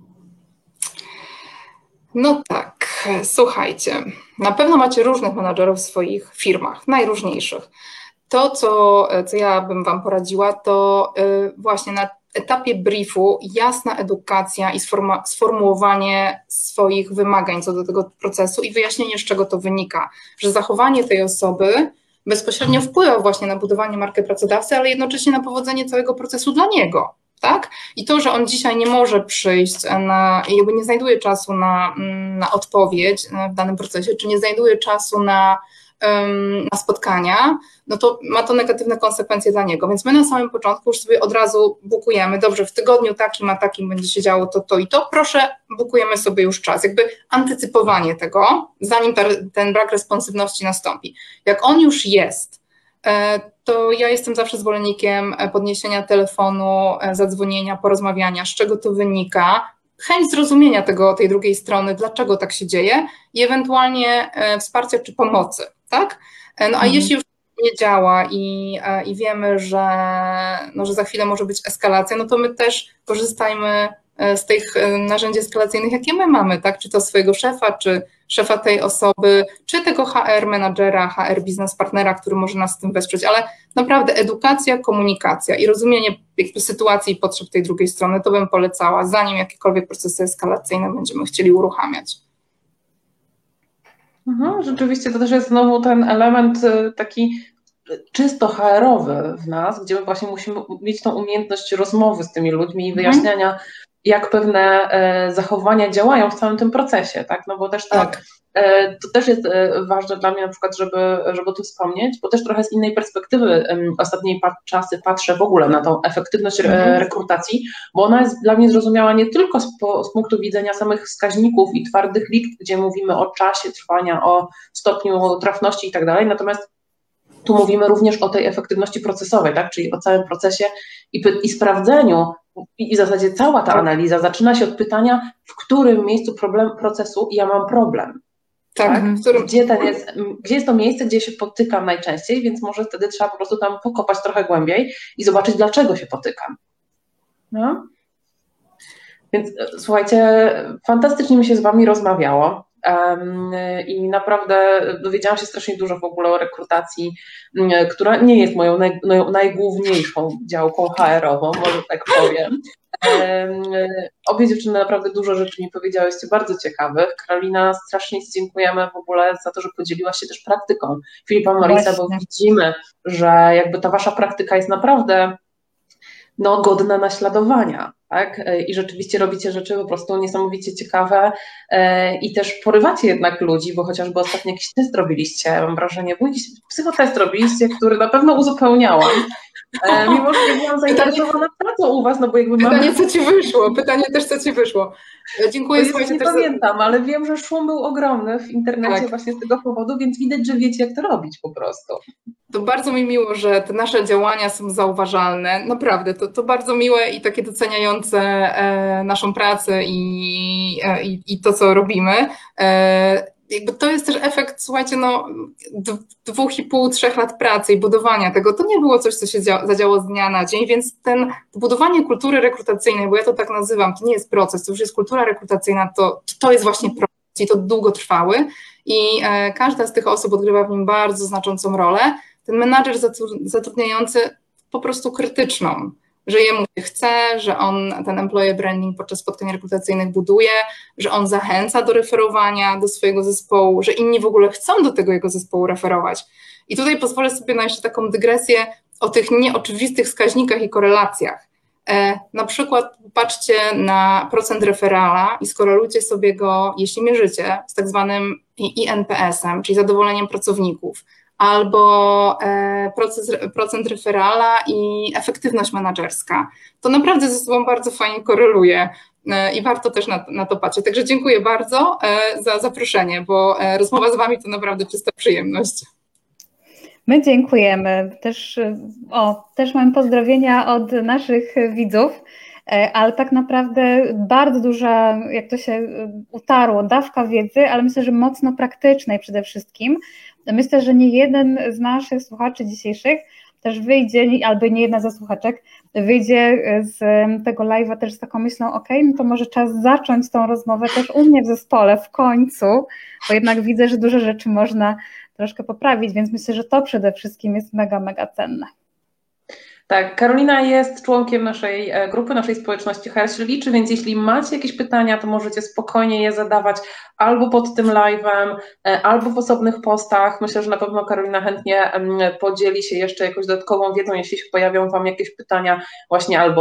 No tak, słuchajcie, na pewno macie różnych menadżerów w swoich firmach, najróżniejszych. To, co ja bym Wam poradziła, to właśnie na etapie briefu jasna edukacja i sformułowanie swoich wymagań co do tego procesu i wyjaśnienie, z czego to wynika, że zachowanie tej osoby bezpośrednio wpływa właśnie na budowanie marki pracodawcy, ale jednocześnie na powodzenie całego procesu dla niego. Tak? I to, że on dzisiaj nie może przyjść jakby nie znajduje czasu na odpowiedź w danym procesie, czy nie znajduje czasu na na spotkania, no to ma to negatywne konsekwencje dla niego. Więc my na samym początku już sobie od razu bukujemy, dobrze, w tygodniu takim a takim będzie się działo to i to, proszę, bukujemy sobie już czas. Jakby antycypowanie tego, zanim ten brak responsywności nastąpi. Jak on już jest, to ja jestem zawsze zwolennikiem podniesienia telefonu, zadzwonienia, porozmawiania, z czego to wynika, chęć zrozumienia tej drugiej strony, dlaczego tak się dzieje i ewentualnie wsparcia czy pomocy, tak? No a jeśli już nie działa i wiemy, że za chwilę może być eskalacja, no to my też korzystajmy z tych narzędzi eskalacyjnych, jakie my mamy, tak? Czy to swojego szefa, czy szefa tej osoby, czy tego HR menadżera, HR biznes partnera, który może nas w tym wesprzeć, ale naprawdę edukacja, komunikacja i rozumienie jakby sytuacji i potrzeb tej drugiej strony, to bym polecała, zanim jakiekolwiek procesy eskalacyjne będziemy chcieli uruchamiać. Rzeczywiście to też jest znowu ten element taki czysto HR-owy w nas, gdzie my właśnie musimy mieć tą umiejętność rozmowy z tymi ludźmi i wyjaśniania, jak pewne zachowania działają w całym tym procesie, tak? No bo też to też jest ważne dla mnie na przykład, żeby o tym wspomnieć, bo też trochę z innej perspektywy ostatniej czasy patrzę w ogóle na tą efektywność rekrutacji, bo ona jest dla mnie zrozumiała nie tylko z punktu widzenia samych wskaźników i twardych liczb, gdzie mówimy o czasie trwania, o stopniu trafności i tak dalej, natomiast tu mówimy również o tej efektywności procesowej, tak? Czyli o całym procesie i sprawdzeniu. I w zasadzie cała ta analiza zaczyna się od pytania, w którym miejscu procesu ja mam problem. Tak? Gdzie jest to miejsce, gdzie się potykam najczęściej, więc może wtedy trzeba po prostu tam pokopać trochę głębiej i zobaczyć, dlaczego się potykam. No? Więc słuchajcie, fantastycznie mi się z Wami rozmawiało. I naprawdę dowiedziałam się strasznie dużo w ogóle o rekrutacji, która nie jest moją najgłówniejszą działką HR-ową, może tak powiem. Obie dziewczyny naprawdę dużo rzeczy mi powiedziałyście, bardzo ciekawych. Karolina, strasznie Ci dziękujemy w ogóle za to, że podzieliłaś się też praktyką Filipa Morrisa, bo widzimy, że jakby ta Wasza praktyka jest naprawdę godna naśladowania, tak? I rzeczywiście robicie rzeczy po prostu niesamowicie ciekawe i też porywacie jednak ludzi, bo chociażby ostatnio jakiś test robiliście, mam wrażenie, bo jakiś psychotest robiliście, który na pewno uzupełniałam. Mimo, że nie byłam zainteresowana pracą u Was, no bo jakby pytanie, co Ci wyszło. Dziękuję. Nie pamiętam, ale wiem, że szum był ogromny w internecie właśnie z tego powodu, więc widać, że wiecie, jak to robić po prostu. To bardzo mi miło, że te nasze działania są zauważalne. Naprawdę, to bardzo miłe i takie doceniające naszą pracę i to, co robimy. Jakby to jest też efekt, słuchajcie, 2,5-3 lat pracy i budowania tego. To nie było coś, co się zadziało z dnia na dzień, więc budowanie kultury rekrutacyjnej, bo ja to tak nazywam, to nie jest proces, to już jest kultura rekrutacyjna, to jest właśnie proces i to długotrwały i każda z tych osób odgrywa w nim bardzo znaczącą rolę. Ten menadżer zatrudniający po prostu krytyczną, że jemu się chce, że on ten employer branding podczas spotkań rekrutacyjnych buduje, że on zachęca do referowania do swojego zespołu, że inni w ogóle chcą do tego jego zespołu referować. I tutaj pozwolę sobie na jeszcze taką dygresję o tych nieoczywistych wskaźnikach i korelacjach. Na przykład patrzcie na procent referala i skorelujcie sobie go, jeśli mierzycie, z tak zwanym INPS-em, czyli zadowoleniem pracowników, albo procent referala i efektywność menedżerska. To naprawdę ze sobą bardzo fajnie koreluje i warto też na to patrzeć. Także dziękuję bardzo za zaproszenie, bo rozmowa z Wami to naprawdę czysta przyjemność. My dziękujemy. Też mam pozdrowienia od naszych widzów, ale tak naprawdę bardzo duża, jak to się utarło, dawka wiedzy, ale myślę, że mocno praktycznej przede wszystkim. Myślę, że nie jeden z naszych słuchaczy dzisiejszych też wyjdzie, albo nie jedna ze słuchaczek wyjdzie z tego live'a też z taką myślą, no to może czas zacząć tą rozmowę też u mnie w zespole w końcu, bo jednak widzę, że dużo rzeczy można troszkę poprawić, więc myślę, że to przede wszystkim jest mega, mega cenne. Tak, Karolina jest członkiem naszej grupy, naszej społeczności HR się liczy, więc jeśli macie jakieś pytania, to możecie spokojnie je zadawać albo pod tym live'em, albo w osobnych postach. Myślę, że na pewno Karolina chętnie podzieli się jeszcze jakąś dodatkową wiedzą, jeśli się pojawią Wam jakieś pytania właśnie albo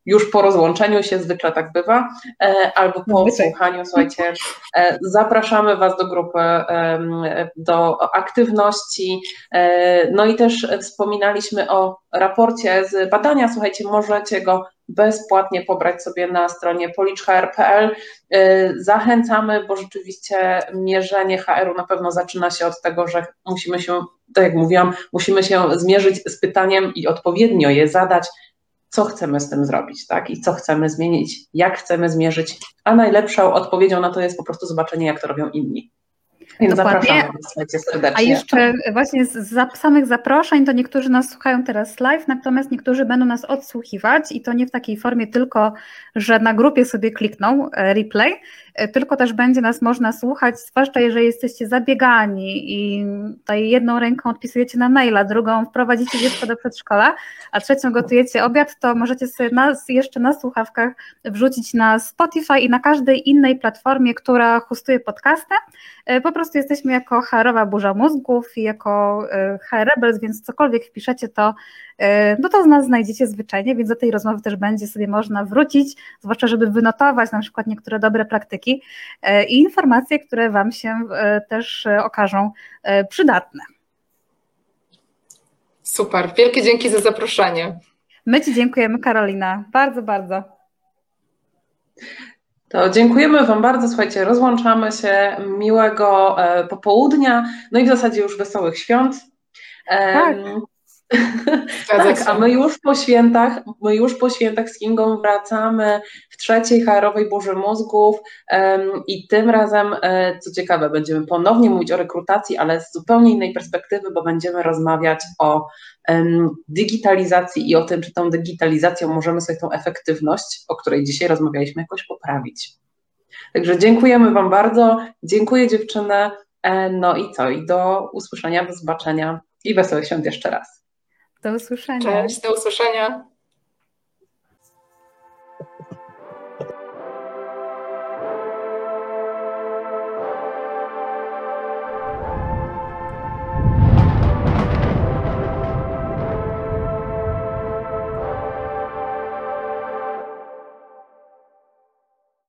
już po rozłączeniu się, zwykle tak bywa, albo po słuchaniu, słuchajcie, zapraszamy Was do grupy, do aktywności, no i też wspominaliśmy o raporcie z badania, słuchajcie, możecie go bezpłatnie pobrać sobie na stronie policzhr.pl. Zachęcamy, bo rzeczywiście mierzenie HR-u na pewno zaczyna się od tego, że musimy się, tak jak mówiłam, musimy się zmierzyć z pytaniem i odpowiednio je zadać, co chcemy z tym zrobić, tak? I co chcemy zmienić, jak chcemy zmierzyć, a najlepszą odpowiedzią na to jest po prostu zobaczenie, jak to robią inni. Więc zapraszamy Was serdecznie. A jeszcze właśnie z samych zaproszeń, to niektórzy nas słuchają teraz live, natomiast niektórzy będą nas odsłuchiwać i to nie w takiej formie tylko, że na grupie sobie klikną replay, tylko też będzie nas można słuchać, zwłaszcza jeżeli jesteście zabiegani i tutaj jedną ręką odpisujecie na maila, drugą wprowadzicie dziecko do przedszkola, a trzecią gotujecie obiad, to możecie sobie nas jeszcze na słuchawkach wrzucić na Spotify i na każdej innej platformie, która hostuje podcasty. Po prostu jesteśmy jako HR-owa burza mózgów i jako HR Rebels, więc cokolwiek wpiszecie, to z nas znajdziecie zwyczajnie, więc do tej rozmowy też będzie sobie można wrócić, zwłaszcza żeby wynotować na przykład niektóre dobre praktyki i informacje, które Wam się też okażą przydatne. Super, wielkie dzięki za zaproszenie. My Ci dziękujemy, Karolina, bardzo, bardzo. To dziękujemy Wam bardzo, słuchajcie, rozłączamy się, miłego popołudnia, no i w zasadzie już wesołych świąt. Tak. Tak, a my już po świętach z Kingą wracamy w trzeciej HR-owej burzy mózgów i tym razem, co ciekawe, będziemy ponownie mówić o rekrutacji, ale z zupełnie innej perspektywy, bo będziemy rozmawiać o digitalizacji i o tym, czy tą digitalizacją możemy sobie tą efektywność, o której dzisiaj rozmawialiśmy, jakoś poprawić. Także dziękujemy Wam bardzo, dziękuję dziewczyny, no i co, i do usłyszenia, do zobaczenia i wesołych świąt jeszcze raz. Do usłyszenia. Cześć, do usłyszenia.